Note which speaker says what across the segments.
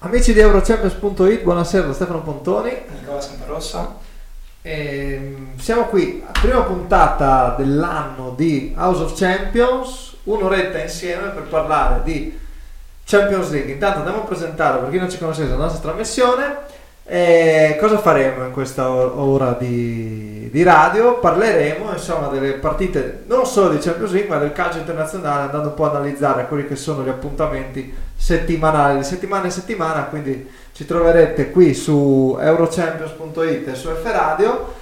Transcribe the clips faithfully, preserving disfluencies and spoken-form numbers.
Speaker 1: Amici di Eurochampions punto it, buonasera da Stefano Pontoni.
Speaker 2: Nicola Semperossa.
Speaker 1: E siamo qui, prima puntata dell'anno di House of Champions, un'oretta insieme per parlare di Champions League. Intanto andiamo a presentare, per chi non ci conoscesse, la nostra trasmissione. E cosa faremo in questa ora di, di radio? Parleremo insomma delle partite non solo di Champions League ma del calcio internazionale, andando un po' ad analizzare quelli che sono gli appuntamenti settimanali di settimana in settimana. Quindi ci troverete qui su Eurochampions punto it e su F Radio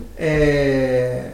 Speaker 1: e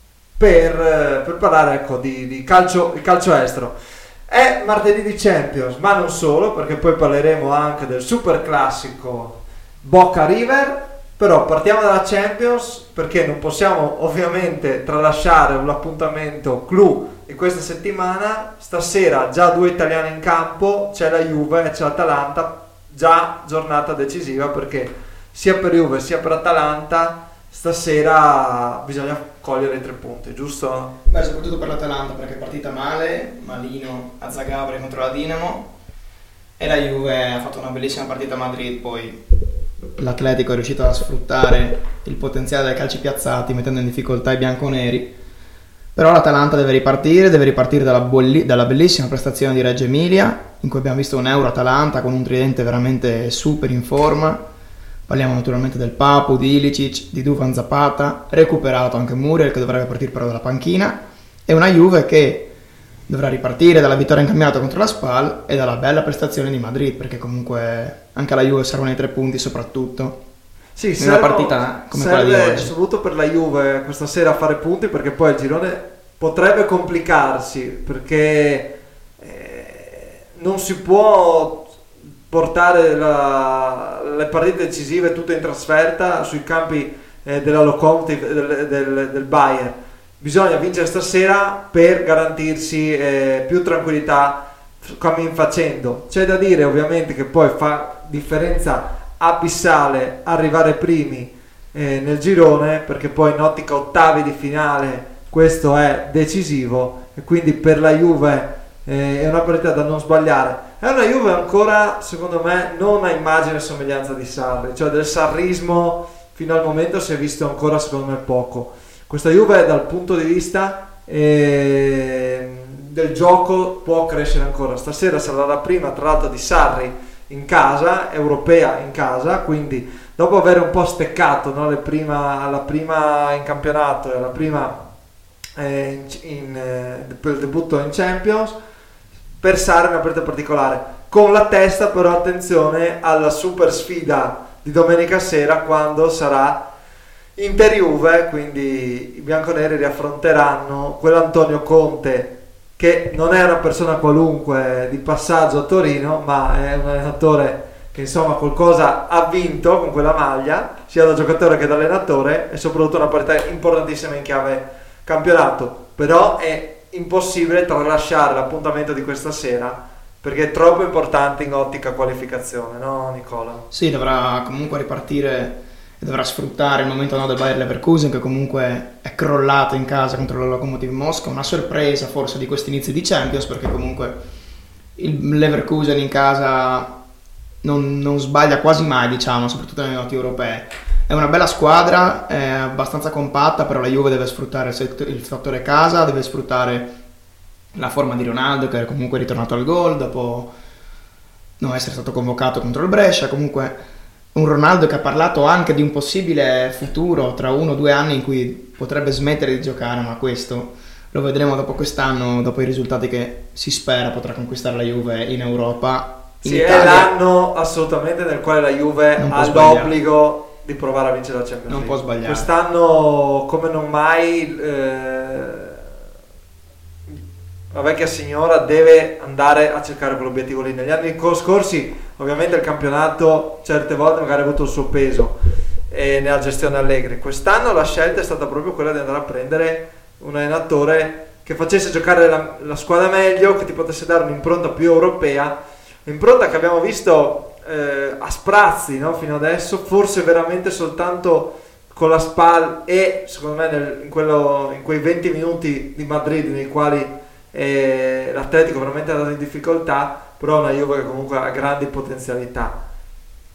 Speaker 1: per, per parlare ecco, di, di calcio, di calcio estero. È martedì di Champions, ma non solo, perché poi parleremo anche del super classico Boca River. Però partiamo dalla Champions, perché non possiamo ovviamente tralasciare un appuntamento clou di questa settimana. Stasera già due italiani in campo, c'è la Juve e c'è l'Atalanta, già giornata decisiva, perché sia per Juve sia per Atalanta stasera bisogna cogliere i tre punti, giusto?
Speaker 2: Beh, soprattutto per l'Atalanta, perché è partita male, malino a Zagabria contro la Dinamo, e la Juve ha fatto una bellissima partita a Madrid. Poi l'Atletico è riuscito a sfruttare il potenziale dei calci piazzati, mettendo in difficoltà i bianconeri. Però l'Atalanta deve ripartire, deve ripartire dalla, bolli- dalla bellissima prestazione di Reggio Emilia, in cui abbiamo visto un Euro-Atalanta con un tridente veramente super in forma. Parliamo naturalmente del Papu, di Ilicic, di Duvan Zapata, recuperato anche Muriel, che dovrebbe partire però dalla panchina, e una Juve che dovrà ripartire dalla vittoria in campionato contro la Spal e dalla bella prestazione di Madrid, perché comunque anche alla Juve servono i tre punti soprattutto.
Speaker 1: Sì,
Speaker 2: in
Speaker 1: serve,
Speaker 2: una partita come
Speaker 1: serve
Speaker 2: quella di oggi.
Speaker 1: Soprattutto per la Juve questa sera a fare punti, perché poi il girone potrebbe complicarsi, perché eh, non si può portare la, le partite decisive tutte in trasferta sui campi eh, della Lokomotiv del, del, del Bayern. Bisogna vincere stasera per garantirsi eh, più tranquillità cammin facendo. C'è da dire ovviamente che poi fa differenza abissale arrivare primi eh, nel girone, perché poi in ottica ottavi di finale questo è decisivo, e quindi per la Juve eh, è una partita da non sbagliare. È una Juve ancora, secondo me, non a immagine e somiglianza di Sarri, cioè del sarrismo fino al momento si è visto ancora, secondo me, poco. Questa Juve dal punto di vista eh, del gioco può crescere ancora. Stasera sarà la prima, tra l'altro, di Sarri in casa, europea in casa, quindi dopo aver un po' steccato, no, le prima, la prima in campionato e la prima eh, in, in, eh, per il debutto in Champions, per Sarri è una partita particolare, con la testa però attenzione alla super sfida di domenica sera, quando sarà Inter-Juve, quindi i bianconeri riaffronteranno quell'Antonio Conte che non è una persona qualunque di passaggio a Torino, ma è un allenatore che insomma qualcosa ha vinto con quella maglia, sia da giocatore che da allenatore, e soprattutto una partita importantissima in chiave campionato. Però è impossibile tralasciare l'appuntamento di questa sera, perché è troppo importante in ottica qualificazione, no Nicola?
Speaker 2: Sì, dovrà comunque ripartire e dovrà sfruttare il momento no del Bayer Leverkusen, che comunque è crollato in casa contro la Lokomotiv Mosca. Una sorpresa forse di questi inizi di Champions, perché comunque il Leverkusen in casa non, non sbaglia quasi mai, diciamo, soprattutto nelle notti europee. È una bella squadra, è abbastanza compatta, però la Juve deve sfruttare il fattore casa, deve sfruttare la forma di Ronaldo, che è comunque ritornato al gol dopo non essere stato convocato contro il Brescia. Comunque un Ronaldo che ha parlato anche di un possibile futuro tra uno o due anni in cui potrebbe smettere di giocare, ma questo lo vedremo dopo quest'anno, dopo i risultati che si spera potrà conquistare la Juve in Europa. In
Speaker 1: sì,
Speaker 2: Italia,
Speaker 1: è l'anno assolutamente nel quale la Juve ha l'obbligo di provare a vincere la Champions
Speaker 2: non
Speaker 1: League.
Speaker 2: può sbagliare.
Speaker 1: Quest'anno come non mai eh, la vecchia signora deve andare a cercare quell'obiettivo lì. Negli anni scorsi ovviamente il campionato certe volte magari ha avuto il suo peso e nella gestione Allegri. Quest'anno la scelta è stata proprio quella di andare a prendere un allenatore che facesse giocare la, la squadra meglio, che ti potesse dare un'impronta più europea, un'impronta che abbiamo visto eh, a sprazzi, no? Fino adesso, forse veramente soltanto con la Spal e secondo me nel, in, quello, in quei venti minuti di Madrid nei quali eh, l'Atletico veramente è andato in difficoltà, però una Juve che comunque ha grandi potenzialità.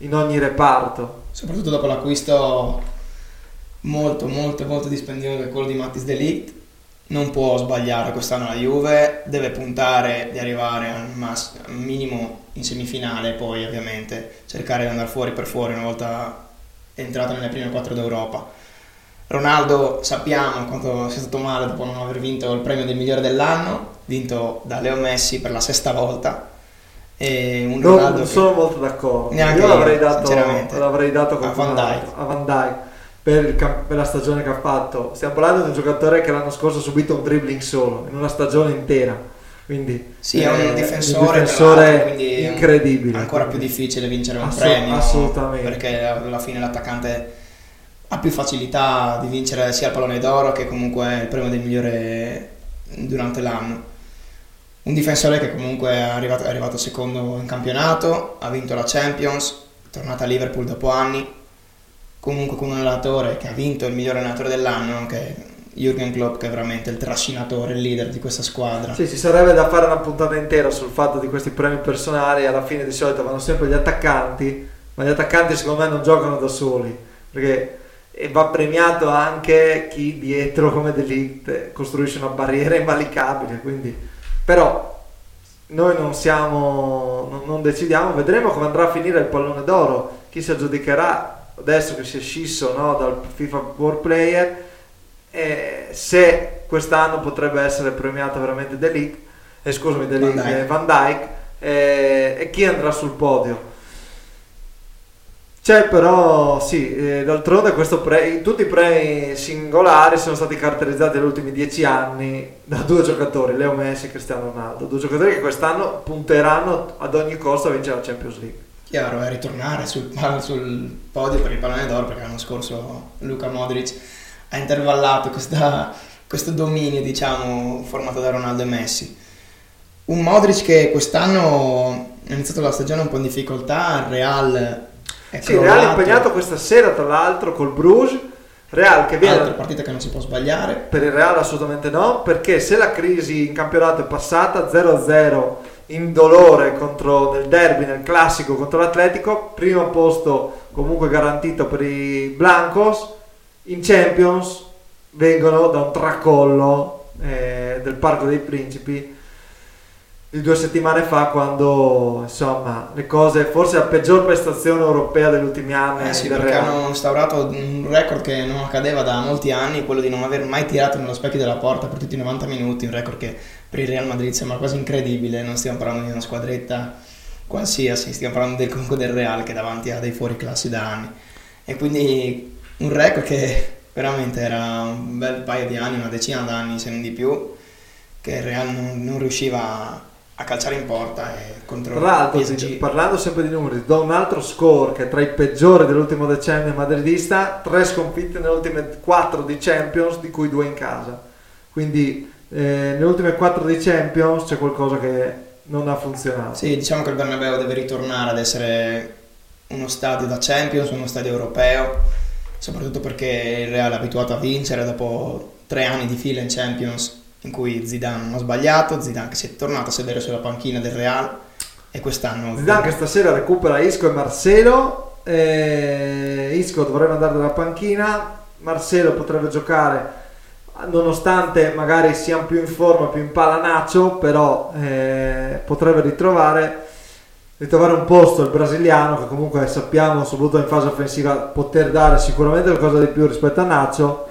Speaker 1: in ogni reparto.
Speaker 2: Soprattutto dopo l'acquisto molto molto molto dispendioso che è quello di Matthijs de Ligt. Non può sbagliare quest'anno la Juve, deve puntare di arrivare al, mass- al minimo in semifinale e poi ovviamente cercare di andare fuori per fuori una volta entrata nelle prime quattro d'Europa. Ronaldo sappiamo quanto sia stato male dopo non aver vinto il premio del migliore dell'anno, vinto da Leo Messi per la sesta volta. E un
Speaker 1: non,
Speaker 2: Ronaldo
Speaker 1: non
Speaker 2: che...
Speaker 1: sono molto d'accordo,
Speaker 2: Neanche
Speaker 1: io l'avrei
Speaker 2: io,
Speaker 1: dato,
Speaker 2: sinceramente.
Speaker 1: l'avrei dato
Speaker 2: A Van Dijk.
Speaker 1: a Van Dijk per, il camp- per la stagione che ha fatto. Stiamo parlando di un giocatore che l'anno scorso ha subito un dribbling solo in una stagione intera, quindi
Speaker 2: sì, è un
Speaker 1: eh,
Speaker 2: difensore,
Speaker 1: un difensore
Speaker 2: quindi
Speaker 1: incredibile,
Speaker 2: ancora
Speaker 1: quindi.
Speaker 2: più difficile vincere un
Speaker 1: Assu-
Speaker 2: premio,
Speaker 1: assolutamente,
Speaker 2: perché alla fine l'attaccante ha più facilità di vincere sia il pallone d'oro che comunque il premio del migliore durante l'anno. Un difensore che comunque è arrivato, è arrivato secondo in campionato, ha vinto la Champions, è tornato a Liverpool dopo anni, comunque con un allenatore che ha vinto il migliore allenatore dell'anno, che è Jürgen Klopp, che è veramente il trascinatore, il leader di questa squadra.
Speaker 1: Sì, ci sarebbe da fare una puntata intera sul fatto di questi premi personali. Alla fine di solito vanno sempre gli attaccanti, ma gli attaccanti secondo me non giocano da soli, perché e va premiato anche chi dietro come De Ligt costruisce una barriera invalicabile, quindi però noi non siamo non, non decidiamo, vedremo come andrà a finire il pallone d'oro, chi si aggiudicherà adesso che si è scisso, no, dal FIFA World Player, e se quest'anno potrebbe essere premiato veramente De Ligt, eh, scusami De Ligt,
Speaker 2: Van Dijk,
Speaker 1: eh, Van Dijk eh, e chi andrà sul podio. C'è però, sì, eh, d'altronde questo pre- tutti i premi singolari sono stati caratterizzati negli ultimi dieci anni da due giocatori, Leo Messi e Cristiano Ronaldo, due giocatori che quest'anno punteranno ad ogni costo a vincere la Champions League.
Speaker 2: Chiaro, è ritornare sul, sul podio per il pallone d'oro, perché l'anno scorso Luka Modric ha intervallato questa, questo dominio, diciamo, formato da Ronaldo e Messi. Un Modric che quest'anno ha iniziato la stagione un po' in difficoltà, il Real...
Speaker 1: Sì, Real è impegnato questa sera tra l'altro col Bruges, Real che viene...
Speaker 2: Altra partita che non si può sbagliare.
Speaker 1: Per il Real assolutamente no, perché se la crisi in campionato è passata zero a zero in dolore contro, nel derby, nel classico contro l'Atletico, primo posto comunque garantito per i Blancos, in Champions vengono da un tracollo eh, del Parco dei Principi di due settimane fa, quando insomma le cose, forse la peggior prestazione europea degli ultimi anni.
Speaker 2: Eh sì,
Speaker 1: del
Speaker 2: perché
Speaker 1: Real.
Speaker 2: hanno instaurato un record che non accadeva da molti anni, quello di non aver mai tirato nello specchio della porta per tutti i novanta minuti, un record che per il Real Madrid sembra quasi incredibile. Non stiamo parlando di una squadretta qualsiasi, stiamo parlando del, comunque del Real, che davanti a dei fuoriclassi da anni, e quindi un record che veramente era un bel paio di anni, una decina d'anni se non di più, che il Real non, non riusciva a a calciare in porta e contro
Speaker 1: Tra l'altro,
Speaker 2: P S G.
Speaker 1: parlando sempre di numeri, do un altro score che è tra i peggiori dell'ultimo decennio madridista: tre sconfitte nelle ultime quattro di Champions, di cui due in casa. Quindi eh, nelle ultime quattro di Champions c'è qualcosa che non ha funzionato.
Speaker 2: Sì, diciamo che il Bernabeu deve ritornare ad essere uno stadio da Champions, uno stadio europeo, soprattutto perché il Real è abituato a vincere dopo tre anni di fila in Champions, in cui Zidane non ha sbagliato, Zidane che si è tornato a sedere sulla panchina del Real, e quest'anno
Speaker 1: Zidane che stasera recupera Isco e Marcelo. eh, Isco dovrebbe andare dalla panchina, Marcelo potrebbe giocare, nonostante magari sia più in forma, più in palla Nacho, però eh, potrebbe ritrovare ritrovare un posto il brasiliano, che comunque sappiamo, soprattutto in fase offensiva, poter dare sicuramente qualcosa di più rispetto a Nacho.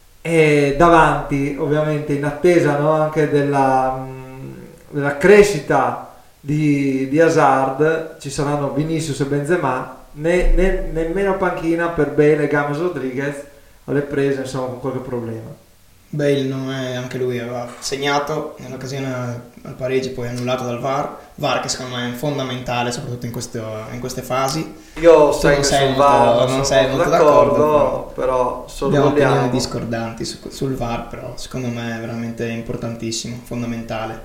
Speaker 1: E davanti, ovviamente, in attesa, no, anche della, mh, della crescita di, di Hazard, ci saranno Vinicius e Benzema, né, né, nemmeno panchina per Bale e James Rodriguez alle prese, insomma, con qualche problema.
Speaker 2: Bale non è, anche lui aveva segnato nell'occasione al Parigi, poi annullato dal V A R, V A R che secondo me è fondamentale soprattutto in, questo, in queste fasi.
Speaker 1: Io sai
Speaker 2: non
Speaker 1: che
Speaker 2: sei
Speaker 1: sul
Speaker 2: molto,
Speaker 1: V A R non,
Speaker 2: non
Speaker 1: sono
Speaker 2: sei
Speaker 1: molto
Speaker 2: molto
Speaker 1: d'accordo,
Speaker 2: d'accordo,
Speaker 1: però
Speaker 2: abbiamo opinioni
Speaker 1: sorvoliamo.
Speaker 2: discordanti su, sul V A R, però secondo me è veramente importantissimo, fondamentale.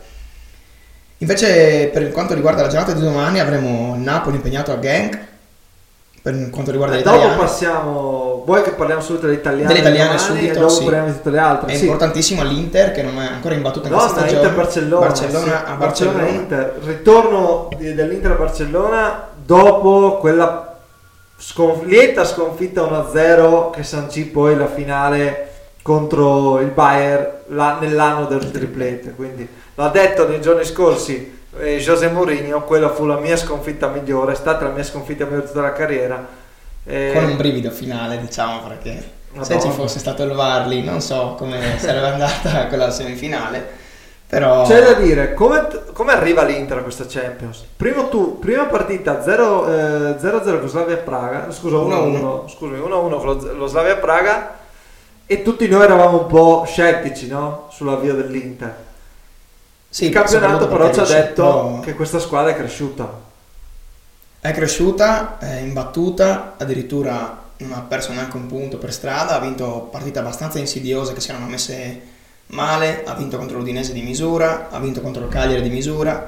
Speaker 2: Invece per quanto riguarda la giornata di domani avremo il Napoli impegnato a Genk. Per quanto riguarda
Speaker 1: Eh,
Speaker 2: gli
Speaker 1: dopo
Speaker 2: italiani,
Speaker 1: passiamo, vuoi che parliamo subito delle italiane?
Speaker 2: delle italiane
Speaker 1: domani,
Speaker 2: subito,
Speaker 1: e dopo
Speaker 2: sì.
Speaker 1: parliamo di tutte le altre.
Speaker 2: È
Speaker 1: Sì.
Speaker 2: importantissimo l'Inter, che non è ancora imbattuta in
Speaker 1: No,
Speaker 2: questa
Speaker 1: no,
Speaker 2: stagione.
Speaker 1: Inter-Barcellona,
Speaker 2: Barcellona
Speaker 1: sì.
Speaker 2: a Barcellona.
Speaker 1: Barcellona-Inter. Ritorno di- dell'Inter a Barcellona dopo quella Sconf- lieta sconfitta uno a zero che sancì poi la finale contro il Bayern la- nell'anno del triplete, quindi l'ha detto nei giorni scorsi eh, José Mourinho, quella fu la mia sconfitta migliore, è stata la mia sconfitta migliore di tutta la carriera. Eh,
Speaker 2: Con un brivido finale, diciamo, perché Madonna. Se ci fosse stato il V A R lì non so come sarebbe andata quella semifinale. Però...
Speaker 1: C'è da dire, come, come arriva l'Inter a questa Champions? Primo tu, prima partita zero a zero con Slavia Praga, scusa uno a uno, scusami, uno a uno con lo, lo Slavia Praga, e tutti noi eravamo un po' scettici, no? Sull'avvio dell'Inter.
Speaker 2: Sì,
Speaker 1: il campionato però ci ha detto
Speaker 2: cresciuto...
Speaker 1: che questa squadra è cresciuta.
Speaker 2: È cresciuta, è imbattuta, addirittura non ha perso neanche un punto per strada, ha vinto partite abbastanza insidiose che si erano messe male, ha vinto contro l'Udinese di misura, ha vinto contro il Cagliari di misura,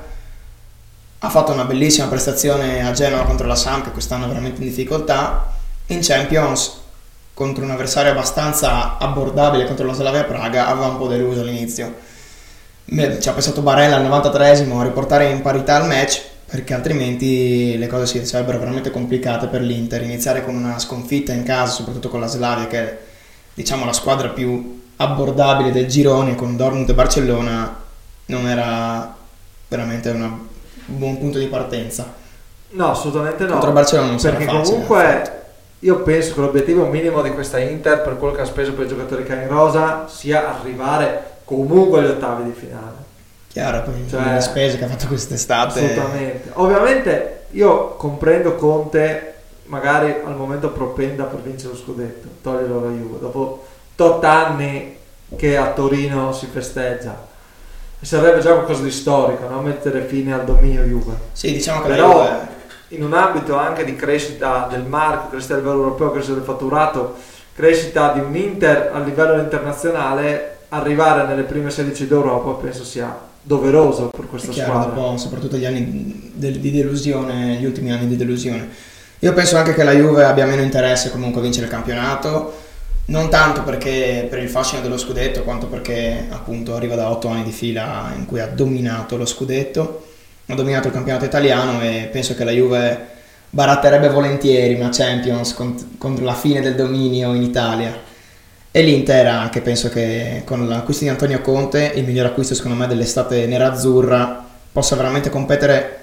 Speaker 2: ha fatto una bellissima prestazione a Genova contro la Samp, che quest'anno è veramente in difficoltà. In Champions, contro un avversario abbastanza abbordabile contro la Slavia Praga, aveva un po' deluso all'inizio. Ci ha pensato Barella al novantatreesimo a riportare in parità il match, perché altrimenti le cose si sarebbero veramente complicate per l'Inter. Iniziare con una sconfitta in casa, soprattutto con la Slavia, che è, diciamo, la squadra più abbordabile del girone, con Dortmund e Barcellona, non era veramente una, un buon punto di partenza.
Speaker 1: No, assolutamente no.
Speaker 2: Contro Barcellona non sarà
Speaker 1: perché
Speaker 2: facile.
Speaker 1: Comunque io penso che l'obiettivo minimo di questa Inter, per quello che ha speso per i giocatori che ha in rosa, sia arrivare comunque agli ottavi di finale.
Speaker 2: Chiaro, poi
Speaker 1: cioè,
Speaker 2: le spese che ha fatto quest'estate.
Speaker 1: Assolutamente. Ovviamente io comprendo Conte, magari al momento propenda per vincere lo scudetto, toglierlo alla Juve dopo tot anni che a Torino si festeggia, e sarebbe già qualcosa di storico, no? Mettere fine al dominio Juve.
Speaker 2: Sì, diciamo che
Speaker 1: però
Speaker 2: la Juve...
Speaker 1: in un ambito anche di crescita del marchio, crescita a livello europeo, crescita del fatturato, crescita di un Inter a livello internazionale, arrivare nelle prime sedici d'Europa penso sia doveroso per questa
Speaker 2: chiaro,
Speaker 1: squadra.
Speaker 2: Dopo, soprattutto gli anni di delusione, gli ultimi anni di delusione. Io penso anche che la Juve abbia meno interesse comunque a vincere il campionato, non tanto perché per il fascino dello scudetto, quanto perché appunto arriva da otto anni di fila in cui ha dominato lo scudetto, ha dominato il campionato italiano, e penso che la Juve baratterebbe volentieri una Champions contro la fine del dominio in Italia. E l'Inter anche, penso che con l'acquisto di Antonio Conte, il miglior acquisto secondo me dell'estate nerazzurra, possa veramente competere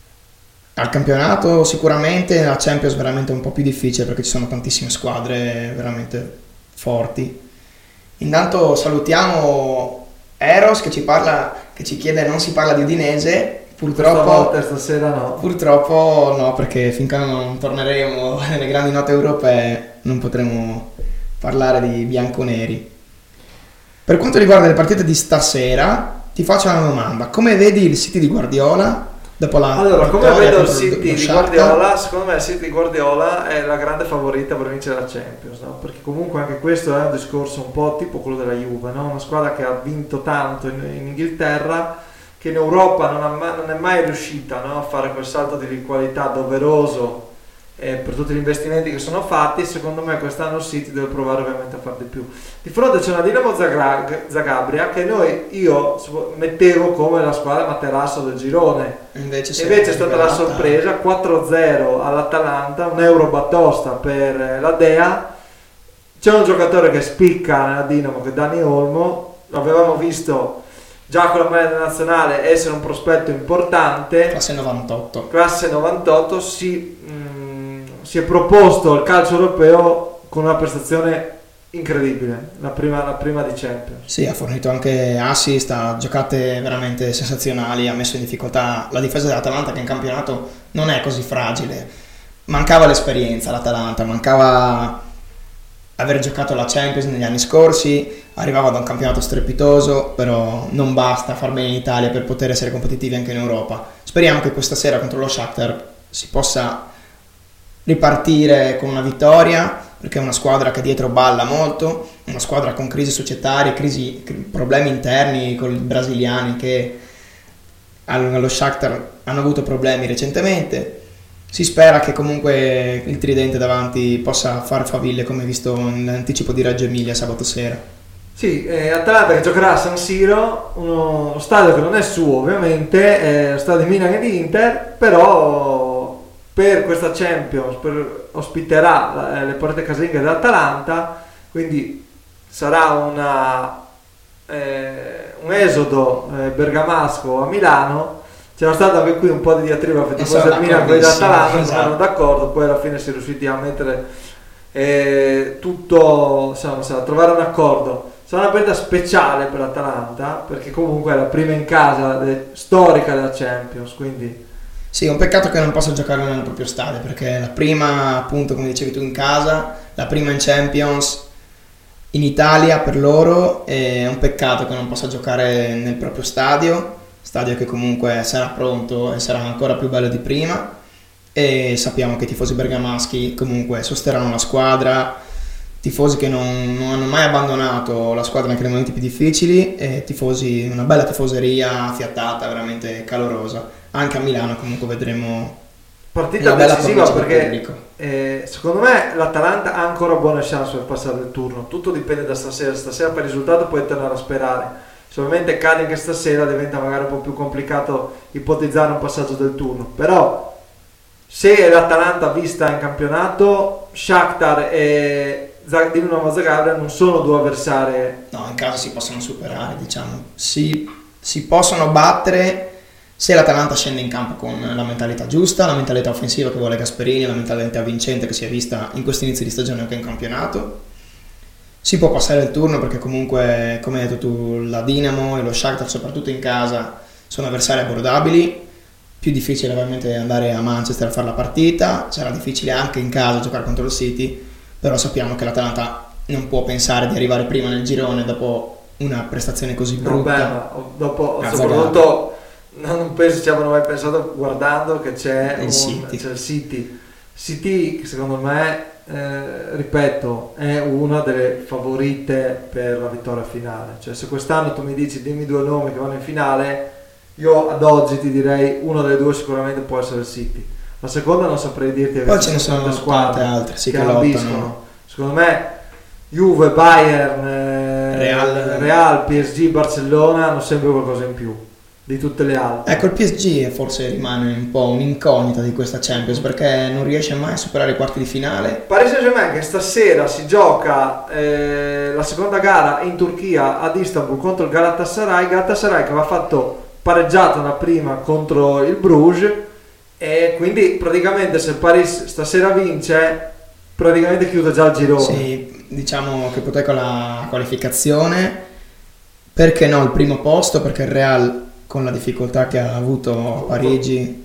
Speaker 2: al campionato sicuramente, la Champions veramente un po' più difficile perché ci sono tantissime squadre veramente forti. Intanto salutiamo Eros che ci parla, che ci chiede non si parla di Udinese, purtroppo
Speaker 1: stasera no.
Speaker 2: Purtroppo no, perché finché non torneremo nelle grandi note europee non potremo parlare di bianconeri. Per quanto riguarda le partite di stasera, ti faccio una domanda: come vedi il City di Guardiola dopo la
Speaker 1: allora come vedo il City
Speaker 2: lo
Speaker 1: di Guardiola? Secondo me il City di Guardiola è la grande favorita per vincere la Champions, no? Perché comunque anche questo è un discorso un po' tipo quello della Juve, no? Una squadra che ha vinto tanto in, in Inghilterra, che in Europa non, ha mai, non è mai riuscita, no? A fare quel salto di qualità doveroso eh, per tutti gli investimenti che sono fatti. Secondo me quest'anno il City deve provare ovviamente a fare di più. Di fronte c'è una Dinamo Zagrag- Zagabria che noi, io mettevo come la squadra materasso del girone,
Speaker 2: invece,
Speaker 1: invece è stata la sorpresa, quattro a zero all'Atalanta, un euro batosta per la Dea. C'è un giocatore che spicca nella Dinamo, che è Dani Olmo, l'avevamo visto già con la maglia nazionale essere un prospetto importante,
Speaker 2: classe novantotto,
Speaker 1: classe novantotto, si, mh, si è proposto al calcio europeo con una prestazione incredibile, la prima, la prima di Champions.
Speaker 2: Sì, ha fornito anche assist, ha giocate veramente sensazionali, ha messo in difficoltà la difesa dell'Atalanta, che in campionato non è così fragile. Mancava l'esperienza all'Atalanta, mancava aver giocato la Champions negli anni scorsi, arrivava da un campionato strepitoso, però non basta far bene in Italia per poter essere competitivi anche in Europa. Speriamo che questa sera contro lo Shakhtar si possa ripartire con una vittoria, perché è una squadra che dietro balla molto, una squadra con crisi societarie, crisi, problemi interni con i brasiliani che allo Shakhtar hanno avuto problemi recentemente. Si spera che comunque il tridente davanti possa far faville, come visto nell'anticipo di Reggio Emilia sabato sera.
Speaker 1: Sì, eh, Atalanta che giocherà a San Siro, uno stadio che non è suo ovviamente, è lo stadio di Milan e di Inter, però per questa Champions per, ospiterà la, le partite casalinghe dell'Atalanta, quindi sarà una, eh, un esodo eh, bergamasco a Milano. C'era stato anche qui un po' di diatriba per tifosi del Milan con l'Atalanta, non erano d'accordo, poi alla fine si è riusciti a mettere eh, tutto, insomma, a trovare un accordo. Sarà una partita speciale per l'Atalanta perché comunque è la prima in casa de, storica della Champions, quindi
Speaker 2: sì, è un peccato che non possa giocare nel proprio stadio, perché la prima, appunto, come dicevi tu, in casa, la prima in Champions in Italia per loro, è un peccato che non possa giocare nel proprio stadio, stadio che comunque sarà pronto e sarà ancora più bello di prima, e sappiamo che i tifosi bergamaschi comunque sosterranno la squadra, tifosi che non, non hanno mai abbandonato la squadra anche nei momenti più difficili, e tifosi, una bella tifoseria affiattata, veramente calorosa. Anche a Milano comunque vedremo
Speaker 1: partita decisiva perché eh, secondo me l'Atalanta ha ancora buone chance per passare il turno, tutto dipende da stasera. Stasera per il risultato puoi tornare a sperare, se ovviamente cade anche stasera diventa magari un po' più complicato ipotizzare un passaggio del turno, però se l'Atalanta vista in campionato, Shakhtar e Dinamo Zagreb non sono due avversari,
Speaker 2: no, in casa si possono superare, diciamo, si, si possono battere se l'Atalanta scende in campo con la mentalità giusta, la mentalità offensiva che vuole Gasperini, la mentalità vincente che si è vista in questi inizi di stagione anche in campionato. Si può passare il turno perché comunque, come hai detto tu, la Dinamo e lo Shakhtar, soprattutto in casa, sono avversari abbordabili. Più difficile ovviamente andare a Manchester a fare la partita, sarà difficile anche in casa giocare contro il City, però sappiamo che l'Atalanta non può pensare di arrivare prima nel girone dopo una prestazione così brutta.
Speaker 1: No, beh, ma dopo, soprattutto non penso ci abbiano mai pensato guardando che c'è il, un, City. C'è il City City che secondo me eh, ripeto è una delle favorite per la vittoria finale, cioè se quest'anno tu mi dici dimmi due nomi che vanno in finale, io ad oggi ti direi una delle due sicuramente può essere il City, la seconda non saprei dirti,
Speaker 2: poi ce ne sono
Speaker 1: squadre
Speaker 2: altre sì,
Speaker 1: che,
Speaker 2: che
Speaker 1: ambiscono. Secondo me Juve, Bayern, eh,
Speaker 2: Real.
Speaker 1: Real, P S G, Barcellona hanno sempre qualcosa in più di tutte le altre.
Speaker 2: Ecco, il P S G forse rimane un po' un'incognita di questa Champions perché non riesce mai a superare i quarti di finale.
Speaker 1: Paris Saint-Germain che stasera si gioca eh, la seconda gara in Turchia ad Istanbul contro il Galatasaray, Galatasaray che aveva fatto pareggiato una prima contro il Bruges, e quindi praticamente se il Paris stasera vince praticamente chiude già il girone.
Speaker 2: Sì, diciamo che potrei con la qualificazione, perché no il primo posto, perché il Real con la difficoltà che ha avuto a Parigi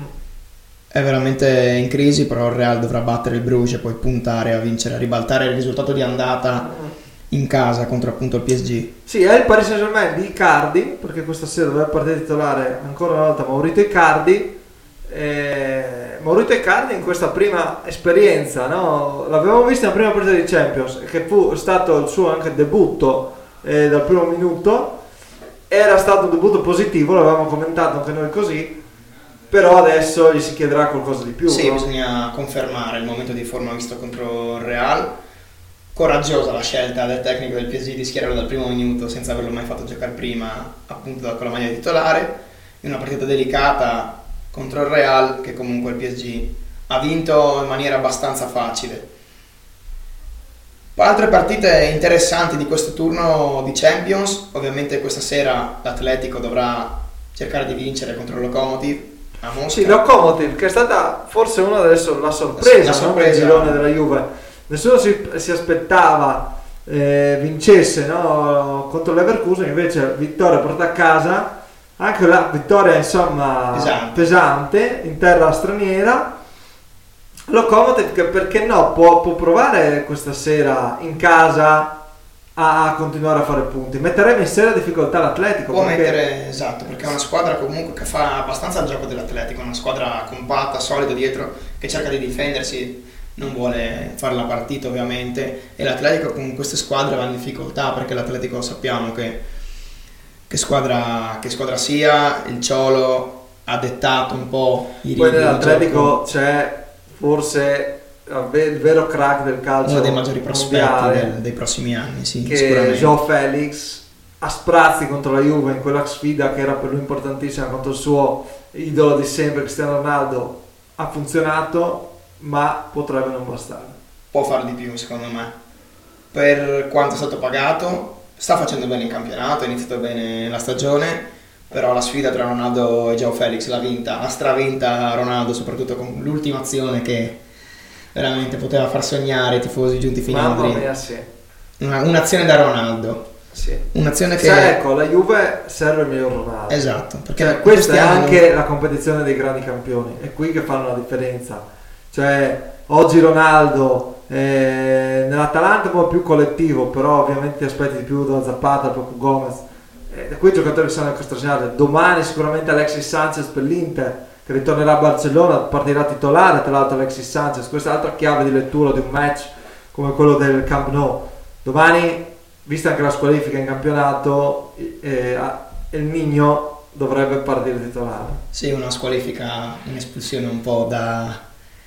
Speaker 2: è veramente in crisi, però il Real dovrà battere il Bruges e poi puntare a vincere, a ribaltare il risultato di andata in casa contro appunto il P S G.
Speaker 1: Sì, è il Paris Saint-Germain di Icardi, perché questa sera doveva partire titolare ancora una volta Maurito Icardi. Eh, Maurito Icardi in questa prima esperienza, no? L'avevamo visto nella prima partita di Champions, che fu stato il suo anche debutto eh, dal primo minuto. Era stato un debutto positivo, l'avevamo commentato anche noi così, però adesso gli si chiederà qualcosa di più.
Speaker 2: Sì,
Speaker 1: no?
Speaker 2: Bisogna confermare il momento di forma visto contro il Real. Coraggiosa la scelta del tecnico del P S G di schierarlo dal primo minuto senza averlo mai fatto giocare prima, appunto con la maglia titolare, in una partita delicata contro il Real che comunque il P S G ha vinto in maniera abbastanza facile. Altre partite interessanti di questo turno di Champions, ovviamente questa sera l'Atletico dovrà cercare di vincere contro il Lokomotiv a Mosca.
Speaker 1: Sì, Lokomotiv che è stata forse una delle so- la sorpresa,
Speaker 2: la sorpresa.
Speaker 1: No? Del girone della Juve. Nessuno si, si aspettava eh, vincesse, no? Contro l'Leverkusen, invece vittoria porta a casa, anche la vittoria insomma
Speaker 2: pesante,
Speaker 1: pesante in terra straniera. Lokomotiv che perché no può, può provare questa sera in casa a, a continuare a fare punti, metterebbe in seria difficoltà l'Atletico,
Speaker 2: può
Speaker 1: perché...
Speaker 2: mettere, esatto, perché è una squadra comunque che fa abbastanza il gioco dell'Atletico, una squadra compatta, solida dietro, che cerca di difendersi, non vuole fare la partita ovviamente, e l'Atletico con queste squadre va in difficoltà, perché l'Atletico sappiamo che che squadra, che squadra sia, il Cholo ha dettato un po' i
Speaker 1: poi
Speaker 2: ritmi
Speaker 1: nell'Atletico c'è forse il vero crack del calcio,
Speaker 2: uno dei maggiori prospetti del, dei prossimi anni, sì,
Speaker 1: che è João Felix, a sprazzi contro la Juve in quella sfida che era per lui importantissima contro il suo idolo di sempre Cristiano Ronaldo, ha funzionato, ma potrebbe non bastare.
Speaker 2: Può fare di più secondo me, per quanto è stato pagato. Sta facendo bene in campionato, ha iniziato bene la stagione, però la sfida tra Ronaldo e Joao Felix l'ha vinta, ha stravinta Ronaldo, soprattutto con l'ultima azione che veramente poteva far sognare i tifosi giunti fino a
Speaker 1: Mamma
Speaker 2: Madrid.
Speaker 1: mia, sì.
Speaker 2: Una, un'azione da Ronaldo,
Speaker 1: Sì.
Speaker 2: un'azione che...
Speaker 1: Cioè, ecco, la Juve serve il miglior Ronaldo.
Speaker 2: Esatto, perché
Speaker 1: Cioè, questa è
Speaker 2: quest'anno-
Speaker 1: anche la competizione dei grandi campioni, è qui che fanno la differenza. Cioè, oggi Ronaldo eh, nell'Atalanta è un po' più collettivo, però ovviamente ti aspetti di più da Zapata, proprio Gomez. Eh, da qui i giocatori che sono straordinari. Domani sicuramente Alexis Sanchez per l'Inter, che ritornerà a Barcellona, partirà titolare, tra l'altro Alexis Sanchez. Questa è l'altra chiave di lettura di un match come quello del Camp Nou. Domani, vista anche la squalifica in campionato, eh, il Migno dovrebbe partire titolare.
Speaker 2: Sì, una squalifica, un'espulsione un po' da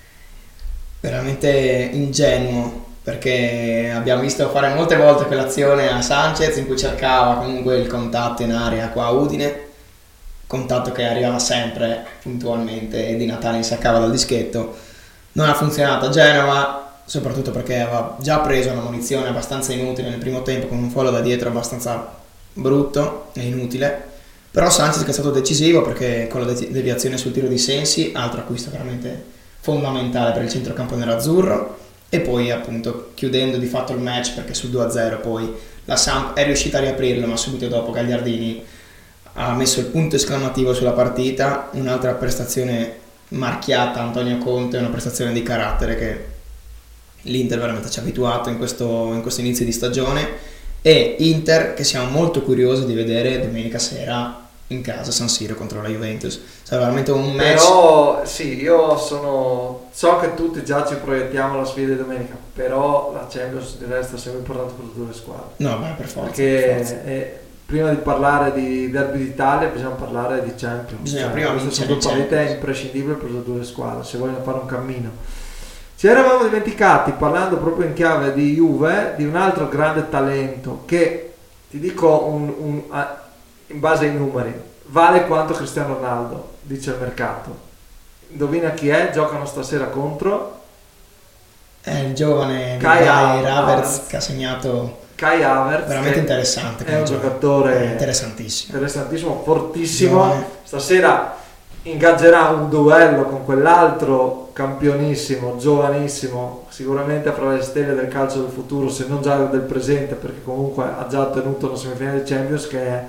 Speaker 2: veramente ingenuo, perché abbiamo visto fare molte volte quell'azione a Sanchez in cui cercava comunque il contatto in area qua a Udine, contatto che arrivava sempre puntualmente e Di Natale insaccava dal dischetto. Non ha funzionato a Genova, soprattutto perché aveva già preso una munizione abbastanza inutile nel primo tempo con un fallo da dietro abbastanza brutto e inutile. Però Sanchez che è stato decisivo, perché con la deviazione sul tiro di Sensi, altro acquisto veramente fondamentale per il centrocampo nerazzurro, e poi appunto chiudendo di fatto il match, perché sul due a zero poi la Samp è riuscita a riaprirlo, ma subito dopo Gagliardini ha messo il punto esclamativo sulla partita. Un'altra prestazione marchiata Antonio Conte, una prestazione di carattere che l'Inter veramente ci ha abituato in questo, in questo inizio di stagione, e Inter che siamo molto curiosi di vedere domenica sera in casa San Siro contro la Juventus. Sarà veramente un match.
Speaker 1: Però sì, io sono so che tutti già ci proiettiamo la sfida di domenica, però la Champions resta sempre importante per tutte le squadre.
Speaker 2: No, beh, per forza.
Speaker 1: Perché
Speaker 2: per forza.
Speaker 1: eh, prima di parlare di derby d'Italia bisogna parlare di Champions.
Speaker 2: Bisogna
Speaker 1: Cioè,
Speaker 2: prima
Speaker 1: queste
Speaker 2: vincere
Speaker 1: sono due
Speaker 2: i
Speaker 1: partite
Speaker 2: Champions.
Speaker 1: imprescindibili per tutte le squadre se vogliono fare un cammino. Ci eravamo dimenticati, parlando proprio in chiave di Juve, di un altro grande talento che, ti dico un, un, in base ai numeri, vale quanto Cristiano Ronaldo, dice il mercato. Indovina chi è? Giocano stasera contro
Speaker 2: È il giovane
Speaker 1: Kai
Speaker 2: Havertz
Speaker 1: Havertz.
Speaker 2: che ha segnato
Speaker 1: Kai Havertz,
Speaker 2: veramente
Speaker 1: che
Speaker 2: interessante.
Speaker 1: è un giocatore
Speaker 2: interessantissimo.
Speaker 1: interessantissimo, fortissimo.
Speaker 2: Giovane.
Speaker 1: Stasera ingaggerà un duello con quell'altro campionissimo, giovanissimo, sicuramente fra le stelle del calcio del futuro, se non già del presente, perché comunque ha già ottenuto una semifinale di Champions, che è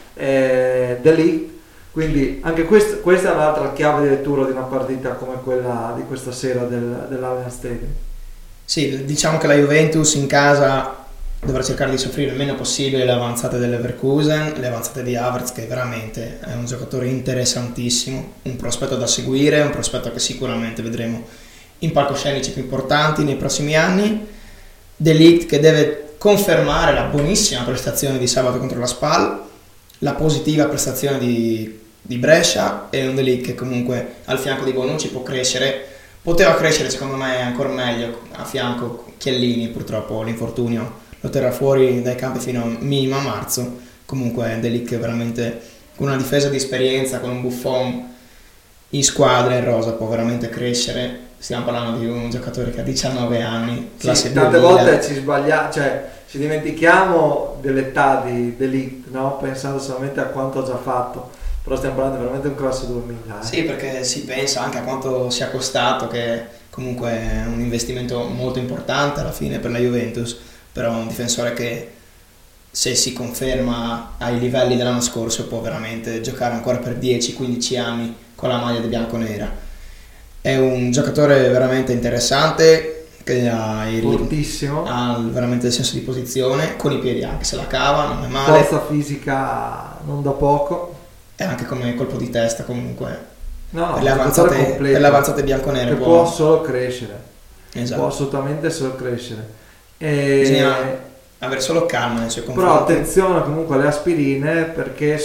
Speaker 1: eh, De Ligt. Quindi anche quest- questa è un'altra chiave di lettura di una partita come quella di questa sera del, dell'Allianz Stadium.
Speaker 2: Sì, diciamo che la Juventus in casa dovrà cercare di soffrire il meno possibile le avanzate del Leverkusen, le avanzate di Havertz, che veramente è un giocatore interessantissimo, un prospetto da seguire, un prospetto che sicuramente vedremo in palcoscenici più importanti nei prossimi anni. De Ligt che deve confermare la buonissima prestazione di sabato contro la Spal, la positiva prestazione di, di Brescia, e un De Ligt che comunque al fianco di Bonucci può crescere, poteva crescere secondo me ancora meglio a fianco Chiellini, purtroppo l'infortunio lo terrà fuori dai campi fino a minimo a marzo. Comunque De Ligt veramente con una difesa di esperienza, con un Buffon in squadra in rosa può veramente crescere. Stiamo parlando di un giocatore che ha diciannove anni, classe
Speaker 1: Sì, tante
Speaker 2: duemila.
Speaker 1: volte ci sbagliamo, cioè ci dimentichiamo dell'età di De Ligt, no? Pensando solamente a quanto ha già fatto, però stiamo parlando veramente di un classe duemila. Eh?
Speaker 2: Sì, perché si pensa anche a quanto sia costato, che comunque è un investimento molto importante alla fine per la Juventus, però un difensore che se si conferma ai livelli dell'anno scorso può veramente giocare ancora per dieci quindici anni con la maglia di bianconera. È un giocatore veramente interessante che ha, il,
Speaker 1: Fortissimo,
Speaker 2: ha veramente il senso di posizione, con i piedi anche se la cava, non è male,
Speaker 1: forza fisica non da poco,
Speaker 2: e anche come colpo di testa comunque
Speaker 1: no, no,
Speaker 2: per, le
Speaker 1: un
Speaker 2: avanzate,
Speaker 1: giocatore completo,
Speaker 2: per le avanzate bianconere
Speaker 1: che
Speaker 2: può,
Speaker 1: può solo crescere,
Speaker 2: esatto.
Speaker 1: può assolutamente solo crescere. E...
Speaker 2: Bisogna avere solo calma nei suoi confronti.
Speaker 1: Però attenzione comunque alle aspirine, perché